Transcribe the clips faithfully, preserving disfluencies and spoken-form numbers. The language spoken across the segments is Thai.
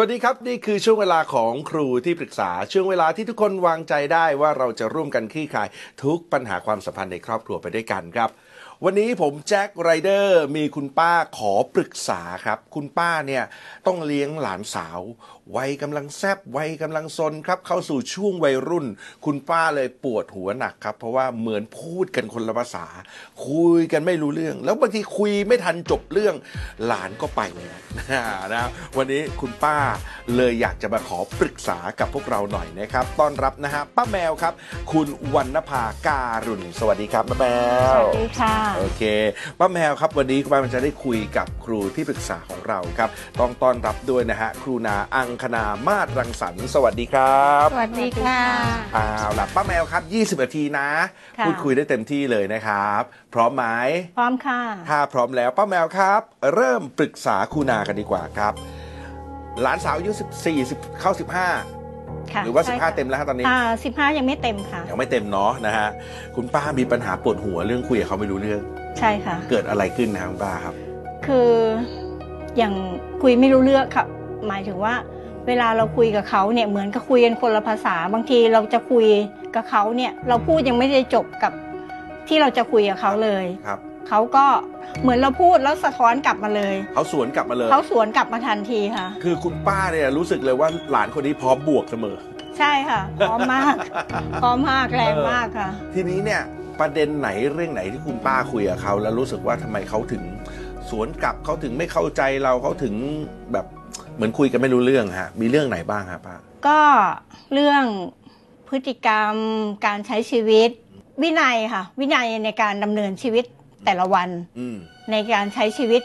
วัสดีครับนี่คือช่วงเวลาของครูที่ปรึกษาช่วงเวลาที่ทุกคนวางใจได้ว่าเราจะร่วมกันคลี่คลายทุกปัญหาความสัมพันธ์ในครอบครัวไปด้วยกันครับวันนี้ผมแจ็คไรเดอร์มีคุณป้าขอปรึกษาครับคุณป้าเนี่ยต้องเลี้ยงหลานสาววัยกำลังแซบวัยกำลังซนครับเข้าสู่ช่วงวัยรุ่นคุณป้าเลยปวดหัวหนักครับเพราะว่าเหมือนพูดกันคนละภาษาคุยกันไม่รู้เรื่องแล้วบางทีคุยไม่ทันจบเรื่องหลานก็ไปเลยนะวันนี้คุณป้าเลยอยากจะมาขอปรึกษากับพวกเราหน่อยนะครับต้อนรับนะฮะป้าแมวครับคุณวรรณภาการุณสวัสดีครับป้าแมวสวัสดีค่ะโอเคป้าแมวครับวันนี้ป้าแมวจะได้คุยกับครูที่ปรึกษาของเราครับต้องต้อนรับด้วยนะฮะครูนาอังคณามาศรังสรรค์สวัสดีครับสวัสดีค่ะอ้าวล่ะป้าแมวครับยี่สิบนาทีนะพูดคุยได้เต็มที่เลยนะครับพร้อมไหมพร้อมค่ะถ้าพร้อมแล้วป้าแมวครับเริ่มปรึกษาครูนากันดีกว่าครับหลานสาวอายุสิบสี่ สิบเข้าสิบห้าหรือว่าสิบห้าเต็มแล้วตอนนี้อ่าสิบห้ายังไม่เต็มค่ะยังไม่เต็มเนาะนะฮะคุณป้ามีปัญหาปวดหัวเรื่องคุยกับเขาไม่รู้เรื่องใช่ค่ะเกิดอะไรขึ้นนะคุณป้าครับคืออย่างคุยไม่รู้เรื่องค่ะหมายถึงว่าเวลาเราคุยกับเขาเนี่ยเหมือนกับคุยกันคนละภาษาบางทีเราจะคุยกับเขาเนี่ยเราพูดยังไม่ได้จบกับที่เราจะคุยกับเขาเลยครับเขาก็เหมือนเราพูดแล้วสะท้อนกลับมาเลยเขาสวนกลับมาเลยเขาสวนกลับมาทันทีค่ะคือคุณป้าเนี่ยรู้สึกเลยว่าหลานคนนี้พร้อมบวกเสมอใช่ค่ะพร้อมมากพร้อมมากแรงมากค่ะทีนี้เนี่ยประเด็นไหนเรื่องไหนที่คุณป้าคุยกับเขาแล้วรู้สึกว่าทำไมเขาถึงสวนกลับเขาถึงไม่เข้าใจเราเขาถึงแบบเหมือนคุยกันไม่รู้เรื่องฮะมีเรื่องไหนบ้างครับป้าก็เรื่องพฤติกรรมการใช้ชีวิตวินัยค่ะวินัยในการดำเนินชีวิตแต่ละวันในการใช้ชีวิต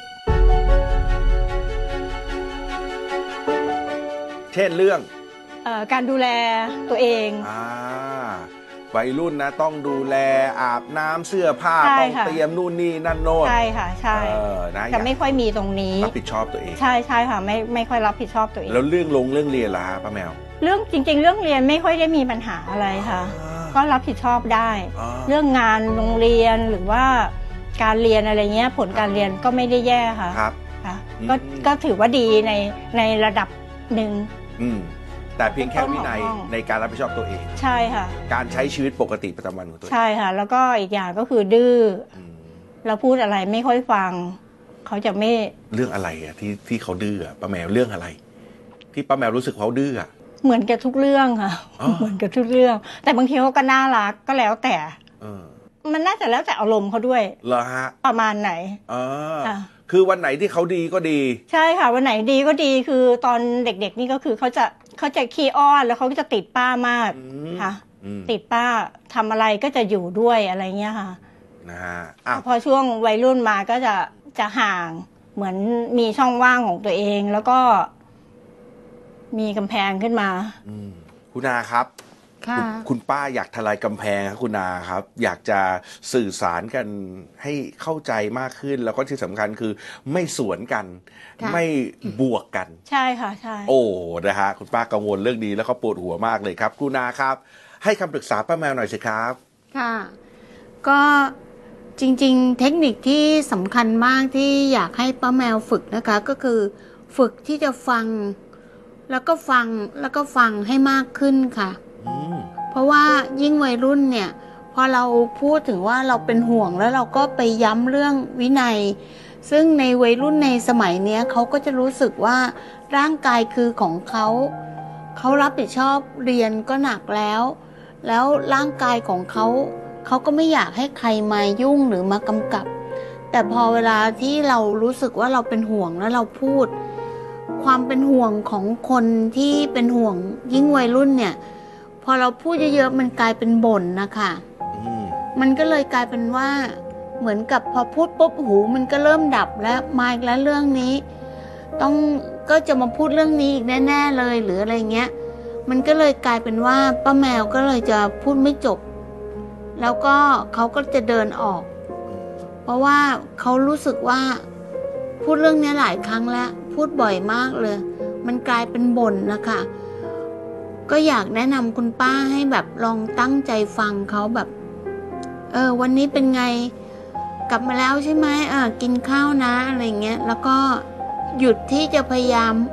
เช่นเรื่องเอ่อการดูแลตัวเองอ่าวัยรุ่นนะต้องดูแลอาบน้ำเสื้อผ้าต้องเตรียมนู่นนี่นั่นโน่นใช่ค่ะใช่จะไม่ค่อยมีตรงนี้รับผิดชอบตัวเองใช่ใช่ค่ะไม่ไม่ค่อยรับผิดชอบตัวเองแล้วเรื่องลงเรื่องเรียนล่ะป้าแมวเรื่องจริงๆเรื่องเรียนไม่ค่อยได้มีปัญหาอะไรค่ะก็รับผิดชอบได้เรื่องงานโรงเรียนหรือว่าการเรียนอะไรเงี้ยผลการเรียนก็ไม่ได้แย่ค่ะครับค่ะก็ก็ถือว่าดีในในระดับหนึ่งแต่เพียงแค่วินัยในการรับผิดชอบตัวเองใช่ค่ะการใช้ชีวิตปกติประจำวันของตัวเองใช่ค่ะแล้วก็อีกอย่างก็คือดื้อเราพูดอะไรไม่ค่อยฟังเขาจะไม่เรื่องอะไรอ่ะที่ที่เขาดื้อป้าแมวเรื่องอะไรที่ป้าแมวรู้สึกเขาดื้ออ่ะเหมือนกับทุกเรื่องค่ะเหมือนกับทุกเรื่องแต่บางทีเขาก็น่ารักก็แล้วแต่มันน่าจะแล้วแต่อารมณ์เขาด้วยเหรอฮะประมาณไหนอ๋อคือวันไหนที่เขาดีก็ดีใช่ค่ะวันไหนดีก็ดีคือตอนเด็กๆนี่ก็คือเขาจะเขาจะขี้อ้อนแล้วเขาก็จะติดป้ามากค่ะติดป้าทำอะไรก็จะอยู่ด้วยอะไรเงี้ยค่ะนะฮะพอช่วงวัยรุ่นมาก็จะจะห่างเหมือนมีช่องว่างของตัวเองแล้วก็มีกำแพงขึ้นมาคุณนาครับคุณป้าอยากทลายกำแพงครับคุณนาครับอยากจะสื่อสารกันให้เข้าใจมากขึ้นแล้วก็ที่สำคัญคือไม่สวนกันไม่บวกกันใช่ค่ะใช่โอ้นะฮะคุณป้ากังวลเรื่องนี้แล้วก็ปวดหัวมากเลยครับคุณนาครับให้คำปรึกษาป้าแมวหน่อยสิครับค่ะก็จริงๆเทคนิคที่สำคัญมากที่อยากให้ป้าแมวฝึกนะคะก็คือฝึกที่จะฟังแล้วก็ฟังแล้วก็ฟังให้มากขึ้นค่ะเพราะว่ายิ่งวัยรุ่นเนี่ยพอเราพูดถึงว่าเราเป็นห่วงแล้วเราก็ไปย้ำเรื่องวินัยซึ่งในวัยรุ่นในสมัยนี้เขาก็จะรู้สึกว่าร่างกายคือของเขาเขารับผิดชอบเรียนก็หนักแล้วแล้วร่างกายของเขาเขาก็ไม่อยากให้ใครมายุ่งหรือมากำกับแต่พอเวลาที่เรารู้สึกว่าเราเป็นห่วงแล้วเราพูดความเป็นห่วงของคนที่เป็นห่วงยิ่งวัยรุ่นเนี่ยพอเราพูดเยอะๆมันกลายเป็นบ่นนะคะมันก็เลยกลายเป็นว่าเหมือนกับพอพูดปุ๊บหูมันก็เริ่มดับแล้วมาอีกแล้วเรื่องนี้ต้องก็จะมาพูดเรื่องนี้อีกแน่ๆเลยหรืออะไรเงี้ยมันก็เลยกลายเป็นว่าป้าแมวก็เลยจะพูดไม่จบแล้วก็เขาก็จะเดินออกเพราะว่าเขารู้สึกว่าพูดเรื่องนี้หลายครั้งแล้วพูดบ่อยมากเลยมันกลายเป็นบ่นนะคะก็อยากแนะนำคุณป้าให้แบบลองตั้งใจฟังเขาแบบเออวันนี้เป็นไงกลับมาแล้วใช่ไหมอ่ากินข้าวนะอะไรเงี้ยแล้วก็หยุดที่จะพยายาม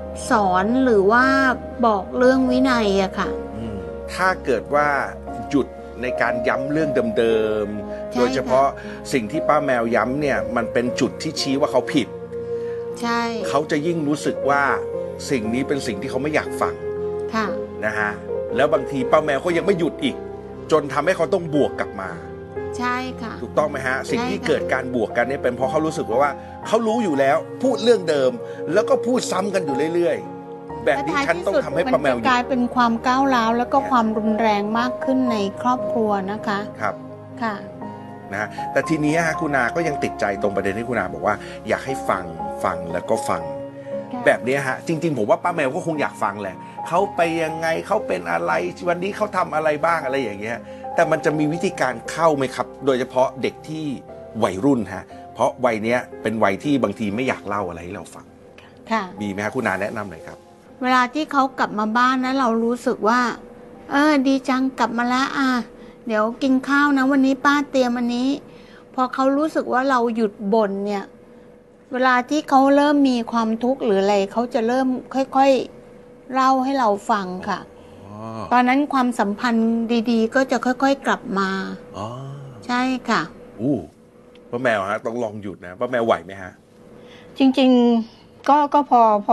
สอนหรือว่าบอกเรื่องวินัยอะค่ะถ้าเกิดว่าหยุดในการย้ำเรื่องเดิมๆโดยเฉพาะสิ่งที่ป้าแมวย้ำเนี่ยมันเป็นจุดที่ชี้ว่าเขาผิดใช่เขาจะยิ่งรู้สึกว่าสิ่งนี้เป็นสิ่งที่เขาไม่อยากฟังค่ะนะฮะแล้วบางทีป้าแมวก็ยังไม่หยุดอีกจนทำให้เขาต้องบวกกลับมาใช่ค่ะถูกต้องไหมฮะสิ่งที่เกิดการบวกกันเนี่ยเป็นเพราะเขารู้สึกว่าเขารู้อยู่แล้วพูดเรื่องเดิมแล้วก็พูดซ้ำกันอยู่เรื่อยๆแบบนี้ฉันต้องทำให้ป้าแมวกลายเป็นความก้าวร้าวแล้วก็ความรุนแรงมากขึ้นในครอบครัวนะคะครับค่ะนะแต่ทีนี้คุณนาก็ยังติดใจตรงประเด็นที่คุณนาบอกว่าอยากให้ฟังฟังแล้วก็ฟังแบบนี้ฮะจริงๆผมว่าป้าแมวก็คงอยากฟังแหละเขาไปยังไงเขาเป็นอะไรวันนี้เขาทำอะไรบ้างอะไรอย่างเงี้ยแต่มันจะมีวิธีการเข้าไหมครับโดยเฉพาะเด็กที่วัยรุ่นฮะเพราะวัยเนี้ยเป็นวัยที่บางทีไม่อยากเล่าอะไรให้เราฟังค่ะมีไหมฮะคุณนาแนะนำหน่อยครับเวลาที่เขากลับมาบ้านนะเรารู้สึกว่าเออดีจังกลับมาแล้วอ่ะเดี๋ยวกินข้าวนะวันนี้ป้าเตรียมอันนี้พอเขารู้สึกว่าเราหยุดบ่นเนี่ยเวลาที่เขาเริ่มมีความทุกข์หรืออะไรเขาจะเริ่มค่อยๆเล่าให้เราฟังค่ะตอนนั้นความสัมพันธ์ดีๆก็จะค่อยๆกลับมาอ๋อใช่ค่ะอู้ป้าแมวฮะต้องลองหยุดนะป้าแมวไหวไหมฮะจริงๆก็ก็พอพอ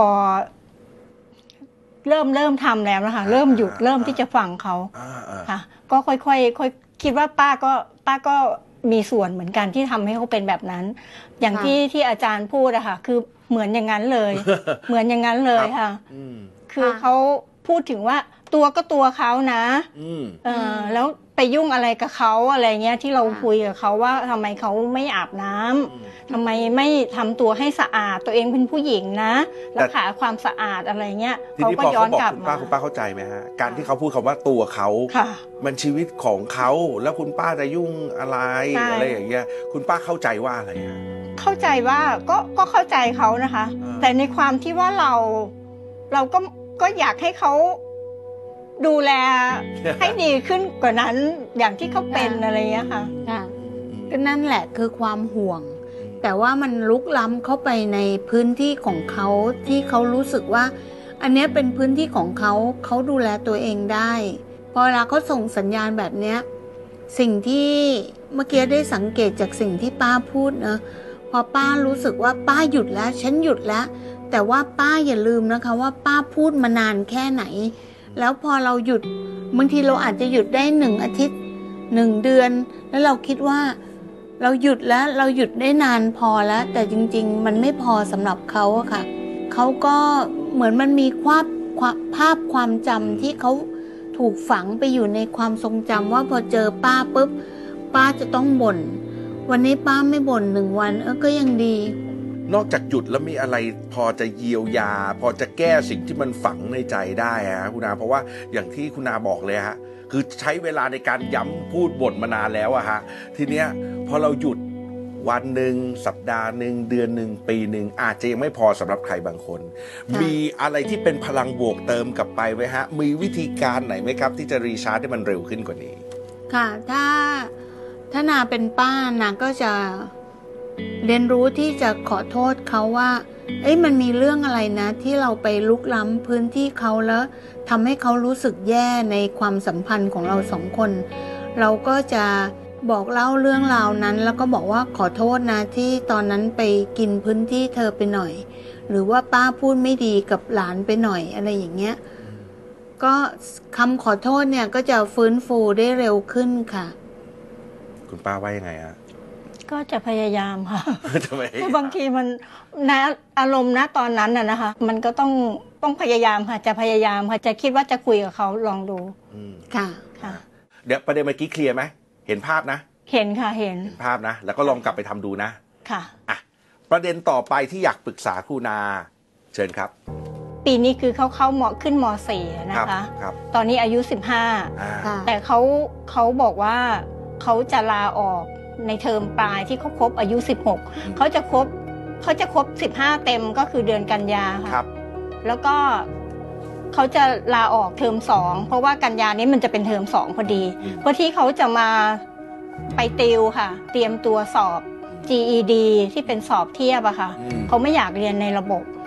เริ่มเริ่มทำแล้วนะคะเริ่มหยุดเริ่มที่จะฟังเขาค่ะก็ค่อยๆค่อยคิดว่าป้าก็ป้าก็มีส่วนเหมือนกันที่ทำให้เขาเป็นแบบนั้นอย่างที่ที่อาจารย์พูดอะค่ะคือเหมือนอย่างนั้นเลย เหมือนอย่างนั้นเลยค่ะคือเขาพูดถึงว่าตัวก็ตัวเขานะเออแล้วไปยุ่งอะไรกับเขาอะไรเงี้ยที่เราคุยกับเขาว่าทำไมเขาไม่อาบน้ำทำไมไม่ทำตัวให้สะอาดตัวเองเป็นผู้หญิงนะรักษาความสะอาดอะไรเงี้ยเขาก็ย้อนกลับมาคุณป้าเข้าใจไหมฮะการที่เขาพูดคำว่าตัวเขามันชีวิตของเขาแล้วคุณป้าจะยุ่งอะไรอะไรอย่างเงี้ยคุณป้าเข้าใจว่าอะไรฮะเข้าใจว่าก็ก็เข้าใจเขานะคะแต่ในความที่ว่าเราเราก็ก็อยากให้เขาดูแลให้ดีขึ้นกว่านั้นอย่างที่เขาเป็นอะไรอย่างเงี้ยค่ะก็นั่นแหละคือความห่วงแต่ว่ามันลุกล้ำเข้าไปในพื้นที่ของเขาที่เขารู้สึกว่าอันนี้เป็นพื้นที่ของเขาเขาดูแลตัวเองได้พอเวลาเขาส่งสัญญาณแบบเนี้ยสิ่งที่เมื่อกี้ได้สังเกตจากสิ่งที่ป้าพูดนะพอป้ารู้สึกว่าป้าหยุดแล้วฉันหยุดแล้วแต่ว่าป้าอย่าลืมนะคะว่าป้าพูดมานานแค่ไหนแล้วพอเราหยุดบางทีเราอาจจะหยุดได้หนึ่งอาทิตย์หนึ่งเดือนแล้วเราคิดว่าเราหยุดแล้วเราหยุดได้นานพอแล้วแต่จริงๆมันไม่พอสำหรับเขาอะค่ะเขาก็เหมือนมันมีความภาพความจำที่เขาถูกฝังไปอยู่ในความทรงจำว่าพอเจอป้าปุ๊บป้าจะต้องบ่นวันนี้ป้าไม่บ่นหนึ่งวันเออก็ยังดีนอกจากหยุดแล้วมีอะไรพอจะเยียวยาพอจะแก้สิ่งที่มันฝังในใจได้ฮะคุณอาเพราะว่าอย่างที่คุณอาบอกเลยฮะคือใช้เวลาในการย้ำพูดบ่นมานานแล้วอะฮะทีเนี้ยพอเราหยุดวันหนึ่งสัปดาห์หนึ่งเดือนหนึ่งปีหนึ่งอาจจะยังไม่พอสำหรับใครบางคนมีอะไรที่เป็นพลังบวกเติมกลับไปไหมฮะมีวิธีการไหนไหมครับที่จะรีชาร์จให้มันเร็วขึ้นกว่านี้ค่ะถ้าถ้านาเป็นป้านาก็จะเรียนรู้ที่จะขอโทษเขาว่าเอ้ยมันมีเรื่องอะไรนะที่เราไปลุกล้ำพื้นที่เขาแล้วทำให้เขารู้สึกแย่ในความสัมพันธ์ของเราสองคนเราก็จะบอกเล่าเรื่องราวนั้นแล้วก็บอกว่าขอโทษนะที่ตอนนั้นไปกินพื้นที่เธอไปหน่อยหรือว่าป้าพูดไม่ดีกับหลานไปหน่อยอะไรอย่างเงี้ยก็คำขอโทษเนี่ยก็จะฟื้นฟูได้เร็วขึ้นค่ะคุณป้าว่ายังไงฮะก็จะพยายามค่ะแต่บางทีมันนะอารมณ์นะตอนนั้นน่ะนะคะมันก็ต้องต้องพยายามค่ะจะพยายามค่ะจะคิดว่าจะคุยกับเขาลองดูค่ะค่ะเดี๋ยวประเด็นเมื่อกี้เคลียร์ไหมเห็นภาพนะเห็นค่ะเห็นเห็นภาพนะแล้วก็ลองกลับไปทำดูนะค่ะอ่ะประเด็นต่อไปที่อยากปรึกษาครูนาเชิญครับปีนี้คือเขาเข้าเหมาะขึ้นม.สี่ นะคะตอนนี้อายุสิบห้าแต่เขาเขาบอกว่าเขาจะลาออกในเทอมปลายที่เขาครบอายุสิบหกเขาจะครบเขาจะครบสิบห้าเต็มก็คือเดือนกันยาค่ะแล้วก็เขาจะลาออกเทอมสองเพราะว่ากันยานี้มันจะเป็นเทอมสองพอดีเพื่อที่เขาจะมาไปติวค่ะเตรียมตัวสอบ จี อี ดี ที่เป็นสอบเทียบอะค่ะเขาไม่อยากเรียนในระบบเข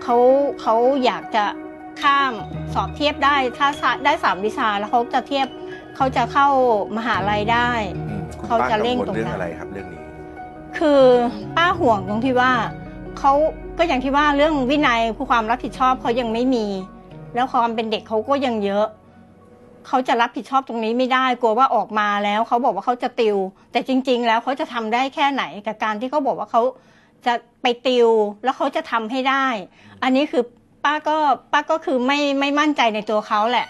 เขาเขาอยากจะข้ามสอบเทียบได้ถ้าได้สามวิชาแล้วเขาจะเทียบเขาจะเข้ามหาลัยได้เขาจะเร่งตรงนั้นเรื่องอะไรครับเรื่องนี้คือป้าห่วงตรงที่ว่าเขาก็อย่างที่ว่าเรื่องวินัยความรับผิดชอบเขายังไม่มีแล้วความเป็นเด็กเขาก็ยังเยอะเขาจะรับผิดชอบตรงนี้ไม่ได้กลัวว่าออกมาแล้วเขาบอกว่าเขาจะติวแต่จริงๆแล้วเขาจะทำได้แค่ไหนกับการที่เขาบอกว่าเขาจะไปติวแล้วเขาจะทำให้ได้อันนี้คือป้าก็ป้าก็คือไม่ไม่มั่นใจในตัวเขาแหละ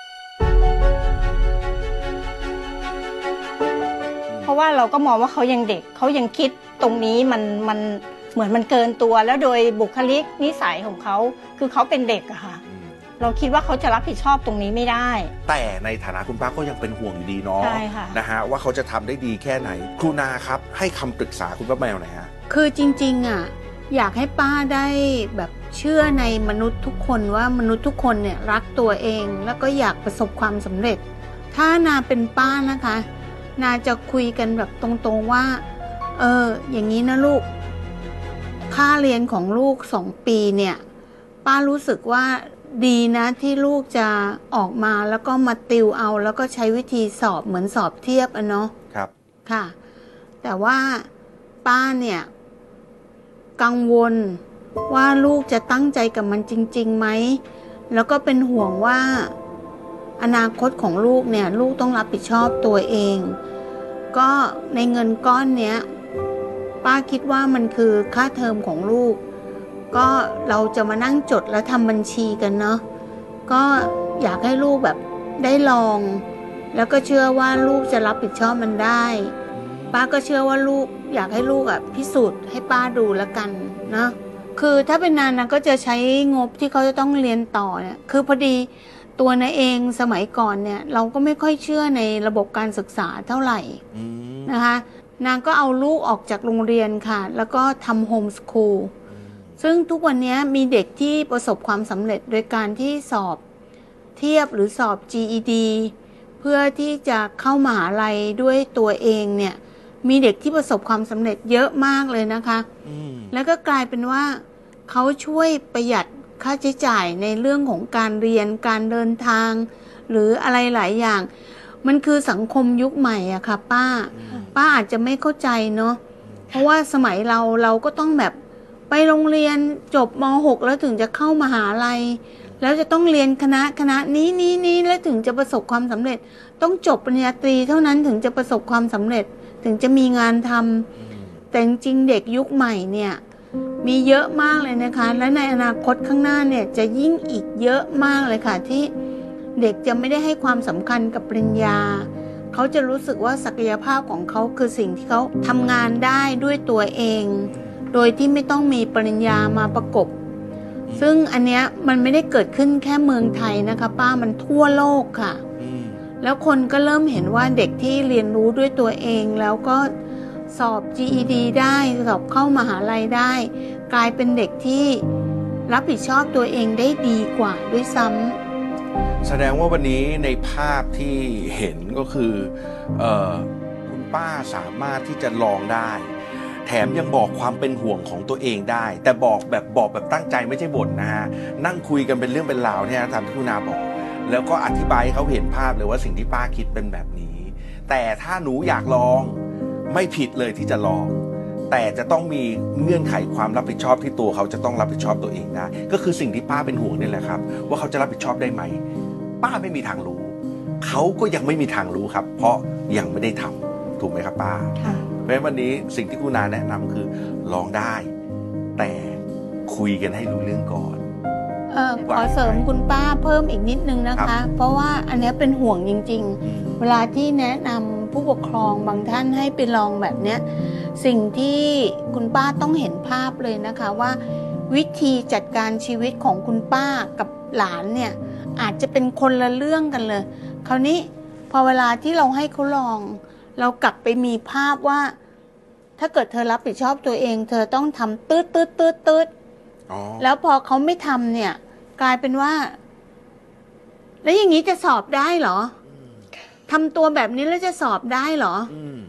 เพราะว่าเราก็มองว่าเขายังเด็กเขายังคิดตรงนี้มันมันเหมือนมันเกินตัวแล้วโดยบุคลิกนิสัยของเขาคือเขาเป็นเด็กอะค่ะเราคิดว่าเขาจะรับผิดชอบตรงนี้ไม่ได้แต่ในฐานะคุณป้าก็ยังเป็นห่วงอยู่ดีเนาะนะฮะว่าเขาจะทำได้ดีแค่ไหนครูนาครับให้คำปรึกษาคุณป้าแมวหน่อยฮะคือจริงๆอ่ะอยากให้ป้าได้แบบเชื่อในมนุษย์ทุกคนว่ามนุษย์ทุกคนเนี่ยรักตัวเองแล้วก็อยากประสบความสำเร็จถ้านาเป็นป้านะคะนาจะคุยกันแบบตรงๆว่าเอออย่างนี้นะลูกค่าเรียนของลูกสองปีเนี่ยป้ารู้สึกว่าดีนะที่ลูกจะออกมาแล้วก็มาติวเอาแล้วก็ใช้วิธีสอบเหมือนสอบเทียบอะเนาะครับค่ะแต่ว่าป้าเนี่ยกังวลว่าลูกจะตั้งใจกับมันจริงๆไหมแล้วก็เป็นห่วงว่าอนาคตของลูกเนี่ยลูกต้องรับผิดชอบตัวเองก็ในเงินก้อนเนี้ยป้าคิดว่ามันคือค่าเทอมของลูกก็เราจะมานั่งจดแล้วทำบัญชีกันเนาะก็อยากให้ลูกแบบได้ลองแล้วก็เชื่อว่าลูกจะรับผิดชอบมันได้ป้าก็เชื่อว่าลูกอยากให้ลูกอ่ะพิสูจน์ให้ป้าดูแล้วกันนะคือถ้าเป็นนานนะก็จะใช้งบที่เขาจะต้องเรียนต่อเนี่ยคือพอดีตัวนาเองสมัยก่อนเนี่ยเราก็ไม่ค่อยเชื่อในระบบการศึกษาเท่าไหร่นะคะนางก็เอาลูกออกจากโรงเรียนค่ะแล้วก็ทำโฮมสคูลซึ่งทุกวันนี้มีเด็กที่ประสบความสำเร็จโดยการที่สอบเทียบหรือสอบ จี อี ดี เพื่อที่จะเข้ามหาลัยด้วยตัวเองเนี่ยมีเด็กที่ประสบความสำเร็จเยอะมากเลยนะคะแล้วก็กลายเป็นว่าเขาช่วยประหยัดค่าใช้จ่ายในเรื่องของการเรียนการเดินทางหรืออะไรหลายอย่างมันคือสังคมยุคใหม่อะค่ะป้าป้าอาจจะไม่เข้าใจเนาะเพราะว่าสมัยเราเราก็ต้องแบบไปโรงเรียนจบม หกแล้วถึงจะเข้ามหาลัยแล้วจะต้องเรียนคณะคณะนี้นี้นี้แล้วถึงจะประสบความสำเร็จต้องจบปริญญาตรีเท่านั้นถึงจะประสบความสำเร็จถึงจะมีงานทำแต่จริงเด็กยุคใหม่เนี่ยมีเยอะมากเลยนะคะและในอนาคตข้างหน้าเนี่ยจะยิ่งอีกเยอะมากเลยค่ะที่เด็กจะไม่ได้ให้ความสำคัญกับปริญญาเขาจะรู้สึกว่าศักยภาพของเขาคือสิ่งที่เขาทำงานได้ด้วยตัวเองโดยที่ไม่ต้องมีปริญญามาประกบซึ่งอันเนี้ยมันไม่ได้เกิดขึ้นแค่เมืองไทยนะคะป้ามันทั่วโลกค่ะแล้วคนก็เริ่มเห็นว่าเด็กที่เรียนรู้ด้วยตัวเองแล้วก็สอบ จี อี ดี ได้สอบเข้ามหาลัยได้กลายเป็นเด็กที่รับผิดชอบตัวเองได้ดีกว่าด้วยซ้ำแสดงว่าวันนี้ในภาพที่เห็นก็คือเอ่อคุณป้าสามารถที่จะลองได้แถมยังบอกความเป็นห่วงของตัวเองได้แต่บอกแบบบอกแบบตั้งใจไม่ใช่บ่นนะฮะนั่งคุยกันเป็นเรื่องเป็นราวเนี่ยตามที่คุณนาบอกแล้วก็อธิบายให้เขาเห็นภาพเลยว่าสิ่งที่ป้าคิดเป็นแบบนี้แต่ถ้าหนูอยากลองไม่ผิดเลยที่จะลองแต่จะต้องมีเงื่อนไขความรับผิดชอบที่ตัวเขาจะต้องรับผิดชอบตัวเองได้ก็คือสิ่งที่ป้าเป็นห่วงนี่แหละครับว่าเขาจะรับผิดชอบได้ไหมป้าไม่มีทางรู้เขาก็ยังไม่มีทางรู้ครับเพราะยังไม่ได้ทำถูกไหมครับป้าเพราะฉะนั้นวันนี้สิ่งที่คุณนาแนะนำคือลองได้แต่คุยกันให้รู้เรื่องก่อนเออขอเสริมคุณป้าเพิ่มอีกนิดนึงนะคะเพราะว่าอันนี้เป็นห่วงจริงๆเวลาที่แนะนำผู้ปกครองบางท่านให้ไปลองแบบเนี้ยสิ่งที่คุณป้าต้องเห็นภาพเลยนะคะว่าวิธีจัดการชีวิตของคุณป้ากับหลานเนี่ยอาจจะเป็นคนละเรื่องกันเลยคราวนี้พอเวลาที่เราให้เขาลองเรากลับไปมีภาพว่าถ้าเกิดเธอรับผิดชอบตัวเองเธอต้องทำตืดตืดตืดตืดแล้วพอเขาไม่ทำเนี่ยกลายเป็นว่าแล้วอย่างนี้จะสอบได้เหรอทำตัวแบบนี้แล้วจะสอบได้เหรอ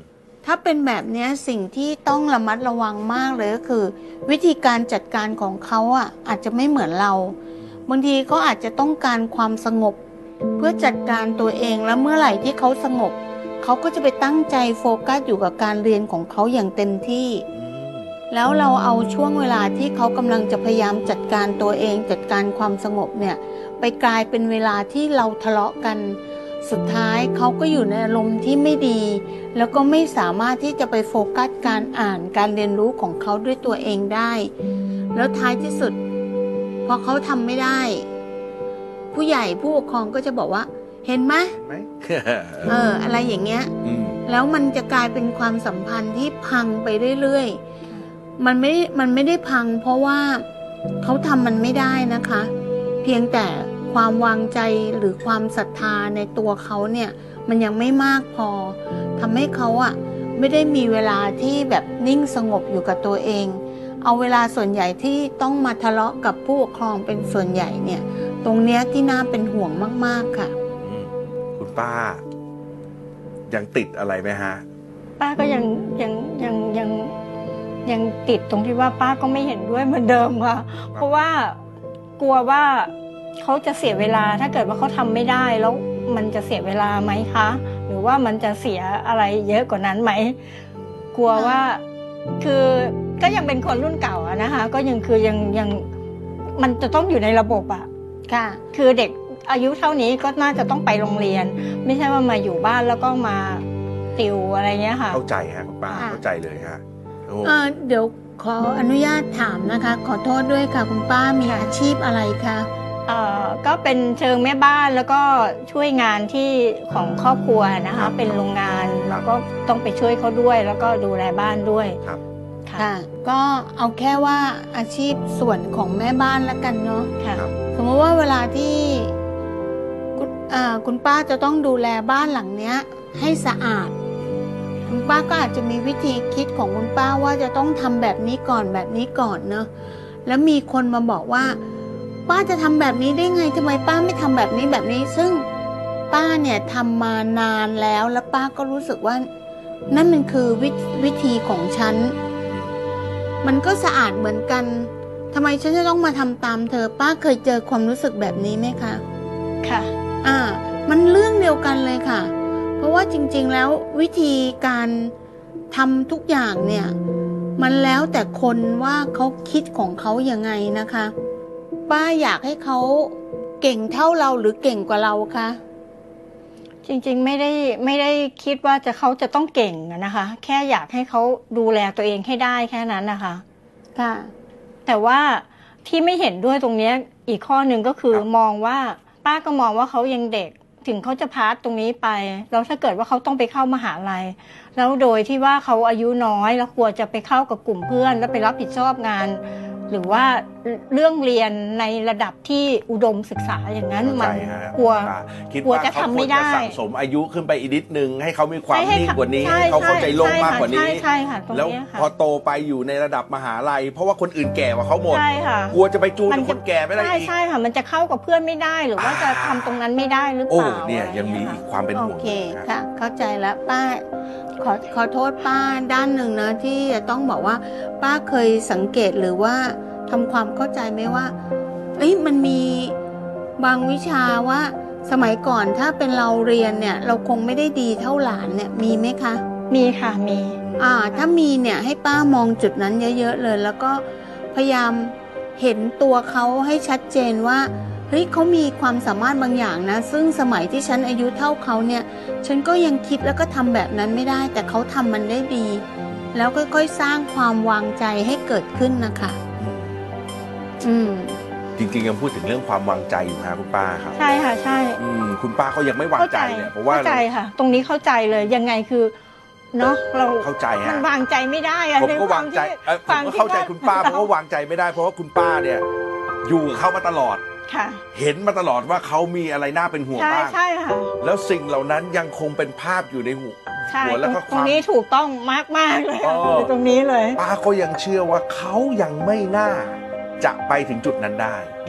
ถ้าเป็นแบบนี้สิ่งที่ต้องระมัดระวังมากเลยก็คือ วิธีการจัดการของเขาอ่ะอาจจะไม่เหมือนเราบางทีเขาอาจจะต้องการความสงบเพื่อจัดการตัวเองแล้วเมื่อไหร่ที่เขาสงบเขาก็จะไปตั้งใจโฟกัสอยู่กับการเรียนของเขาอย่างเต็มที่แล้วเราเอาช่วงเวลาที่เขากำลังจะพยายามจัดการตัวเองจัดการความสงบเนี่ยไปกลายเป็นเวลาที่เราทะเลาะกันสุดท้ายเขาก็อยู่ในอารมณ์ที่ไม่ดีแล้วก็ไม่สามารถที่จะไปโฟกัสการอ่านการเรียนรู้ของเขาด้วยตัวเองได้แล้วท้ายที่สุดพอเขาทำไม่ได้ผู้ใหญ่ผู้ปกครองก็จะบอกว่าเห็นไหมเอออะไรอย่างเงี้ยแล้วมันจะกลายเป็นความสัมพันธ์ที่พังไปเรื่อยๆมันไม่มันไม่ได้พังเพราะว่าเขาทำมันไม่ได้นะคะเพียงแต่ความวางใจหรือความศรัทธาในตัวเขาเนี่ยมันยังไม่มากพอทำให้เขาอะไม่ได้มีเวลาที่แบบนิ่งสงบอยู่กับตัวเองเอาเวลาส่วนใหญ่ที่ต้องมาทะเลาะกับผู้ปกครองเป็นส่วนใหญ่เนี่ยตรงเนี้ยที่น่าเป็นห่วงมากๆค่ะคุณป้ายังติดอะไรไหมฮะป้าก็ยังยังยังยังยังติดตรงที่ว่าป้าก็ไม่เห็นด้วยเหมือนเดิมค่ะเพราะว่ากลัวว่าเขาจะเสียเวลาถ้าเกิดว่าเขาทำไม่ได้แล้วมันจะเสียเวลาไหมคะหรือว่ามันจะเสียอะไรเยอะกว่านั้นไหมกลัวว่าคือก็ยังเป็นคนรุ่นเก่าอะนะคะก็ยังคือยังยังมันจะต้องอยู่ในระบบอะค่ะคือเด็กอายุเท่านี้ก็น่าจะต้องไปโรงเรียนไม่ใช่ว่ามาอยู่บ้านแล้วก็มาติวอะไรเงี้ยค่ะเข้าใจฮะคุณป้าเข้าใจเลยฮะเออเดี๋ยวขออนุญาตถามนะคะขอโทษด้วยค่ะคุณป้ามีอาชีพอะไรคะเอ่อก็เป็นเชิงแม่บ้านแล้วก็ช่วยงานที่ของครอบครัวนะคะเป็นโรงงานแล้วก็ต้องไปช่วยเขาด้วยแล้วก็ดูแลบ้านด้วยครับค่ะก็เอาแค่ว่าอาชีพส่วนของแม่บ้านแล้วกันเนาะค่ะสมมติว่าเวลาที่คุณคุณป้าจะต้องดูแลบ้านหลังเนี้ยให้สะอาดคุณป้าก็อาจจะมีวิธีคิดของคุณป้าว่าจะต้องทำแบบนี้ก่อนแบบนี้ก่อนเนาะแล้วมีคนมาบอกว่าป้าจะทำแบบนี้ได้ไงทำไมป้าไม่ทำแบบนี้แบบนี้ซึ่งป้าเนี่ยทำมานานแล้วแล้วป้าก็รู้สึกว่านั่นมันคือววิธีของฉันมันก็สะอาดเหมือนกันทำไมฉันจะต้องมาทำตามเธอป้าเคยเจอความรู้สึกแบบนี้ไหมคะค่ะอ่ามันเรื่องเดียวกันเลยค่ะเพราะว่าจริงๆแล้ววิธีการทำทุกอย่างเนี่ยมันแล้วแต่คนว่าเขาคิดของเขายังไงนะคะป้าอยากให้เขาเก่งเท่าเราหรือเก่งกว่าเราคะจริงๆไม่ได้ไม่ได้คิดว่าจะเขาจะต้องเก่งนะคะแค่อยากให้เขาดูแลตัวเองให้ได้แค่นั้นนะคะค่ะแต่ว่าที่ไม่เห็นด้วยตรงนี้อีกข้อหนึ่งก็คือมองว่าป้าก็มองว่าเขายังเด็กถึงเขาจะพาร์ทตรงนี้ไปแล้วถ้าเกิดว่าเขาต้องไปเข้ามหาลัยแล้วโดยที่ว่าเขาอายุน้อยแล้วควรจะไปเข้ากับกลุ่มเพื่อนแล้วไปรับผิดชอบงานหรือว่าเรื่องเรียนในระดับที่อุดมศึกษาอย่างนั้นมันกลัวกลัวจะทำไม่ได้สั่งสมอายุขึ้นไปอีกนิดนึงให้เขามีความนิ่งกว่านี้ให้เขาเข้าใจโลกมากกว่านี้แล้วพอโตไปอยู่ในระดับมหาลัยเพราะว่าคนอื่นแก่กว่าเขาหมดกลัวจะไปจูนคนแก่ไม่ได้อีกใช่ค่ะมันจะเข้ากับเพื่อนไม่ได้หรือว่าจะทำตรงนั้นไม่ได้หรือเปล่าโอ้เนี่ยยังมีอีกความเป็นห่วงโอเคค่ะเข้าใจแล้วป้าขอขอโทษป้าด้านหนึ่งนะที่จะต้องบอกว่าป้าเคยสังเกตหรือว่าทำความเข้าใจไหมว่าเอ้ยมันมีบางวิชาว่าสมัยก่อนถ้าเป็นเราเรียนเนี่ยเราคงไม่ได้ดีเท่าหลานเนี่ยมีไหมคะมีค่ะมีอ่าถ้ามีเนี่ยให้ป้ามองจุดนั้นเยอะๆเลยแล้วก็พยายามเห็นตัวเขาให้ชัดเจนว่าเฮ้ยเขามีความสามารถบางอย่างนะซึ่งสมัยที่ฉันอายุเท่าเขาเนี่ยฉันก็ยังคิดแล้วก็ทำแบบนั้นไม่ได้แต่เขาทำมันได้ดีแล้วค่อยๆสร้างความวางใจให้เกิดขึ้นนะคะอืมจริงๆยังพูดถึงเรื่องความวางใจอยู่นะคุณป้าครับใช่ค่ะใช่อืมคุณป้าเขายังไม่วางใจเนี่ยเพราะว่าเข้าใจค่ะตรงนี้เข้าใจเลยยังไงคือเนาะเราเข้าใจฮะมันวางใจไม่ได้อะผมก็วางใจผมก็เข้าใจคุณป้าเพราะว่าวางใจไม่ได้เพราะว่าคุณป้าเนี่ยอยู่เขามาตลอดค่ะเห็นมาตลอดว่าเขามีอะไรน่าเป็นห่วงบ้างใช่ค่ะแล้วสิ่งเหล่านั้นยังคงเป็นภาพอยู่ในหัวหัวแล้วก็ตรงนี้ถูกต้องมากๆเลยตรงนี้เลยป้าก็ยังเชื่อว่าเขายังไม่น่าจะไปถึงจุดนั้นได้ค่ะ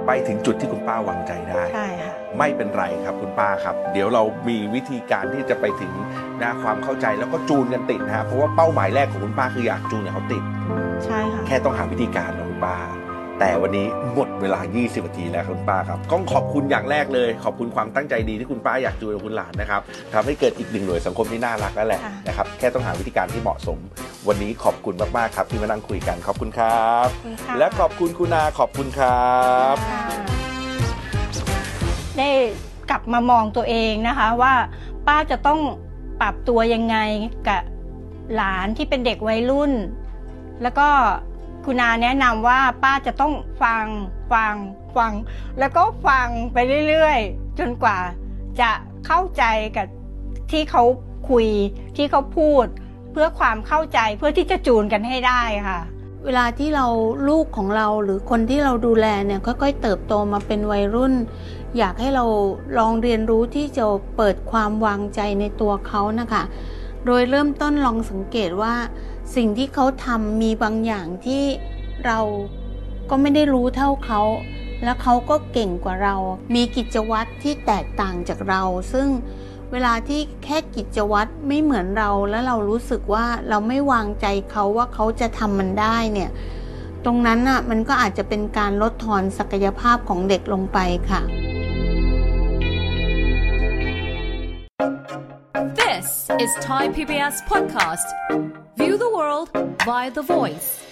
ไปถึงจุดที่คุณป้าวางใจได้ใช่ค่ะไม่เป็นไรครับคุณป้าครับเดี๋ยวเรามีวิธีการที่จะไปถึงนะความเข้าใจแล้วก็จูนกันติดนะฮะเพราะว่าเป้าหมายแรกของคุณป้าคืออยากจูนให้เขาติดใช่ค่ะแค่ต้องหาวิธีการนะคุณป้าแต่วันนี้หมดเวลายี่สิบนาทีแล้วคุณป้าครับต้องขอบคุณอย่างแรกเลยขอบคุณความตั้งใจดีที่คุณป้าอยากจูนกับคุณหลานนะครับทำให้เกิดอีกหนึ่งหน่วยสังคมที่น่ารักแล้วแหละนะครับแค่ต้องหาวิธีการที่เหมาะสมวันนี้ขอบคุณมากๆครับที่มานั่งคุยกันขอบคุณครับและขอบคุณคุณอาขอบคุณครับได้กลับมามองตัวเองนะคะว่าป้าจะต้องปรับตัวยังไงกับหลานที่เป็นเด็กวัยรุ่นแล้วก็คุณอาแนะนำว่าป้าจะต้องฟังฟังฟังแล้วก็ฟังไปเรื่อยๆจนกว่าจะเข้าใจกับที่เขาคุยที่เขาพูดเพื่อความเข้าใจเพื่อที่จะจูนกันให้ได้ค่ะเวลาที่เราลูกของเราหรือคนที่เราดูแลเนี่ยค่อยๆเติบโตมาเป็นวัยรุ่นอยากให้เราลองเรียนรู้ที่จะเปิดความวางใจในตัวเขานะคะโดยเริ่มต้นลองสังเกตว่าสิ่งที่เขาทำมีบางอย่างที่เราก็ไม่ได้รู้เท่าเขาและเขาก็เก่งกว่าเรามีกิจวัตรที่แตกต่างจากเราซึ่งเวลาที่แค่กิจวัตรไม่เหมือนเราแล้วเรารู้สึกว่าเราไม่วางใจเขาว่าเขาจะทำมันได้เนี่ยตรงนั้นน่ะมันก็อาจจะเป็นการลดทอนศักยภาพของเด็กลงไปค่ะ This is Thai พี บี เอส podcast. View the world via the voice.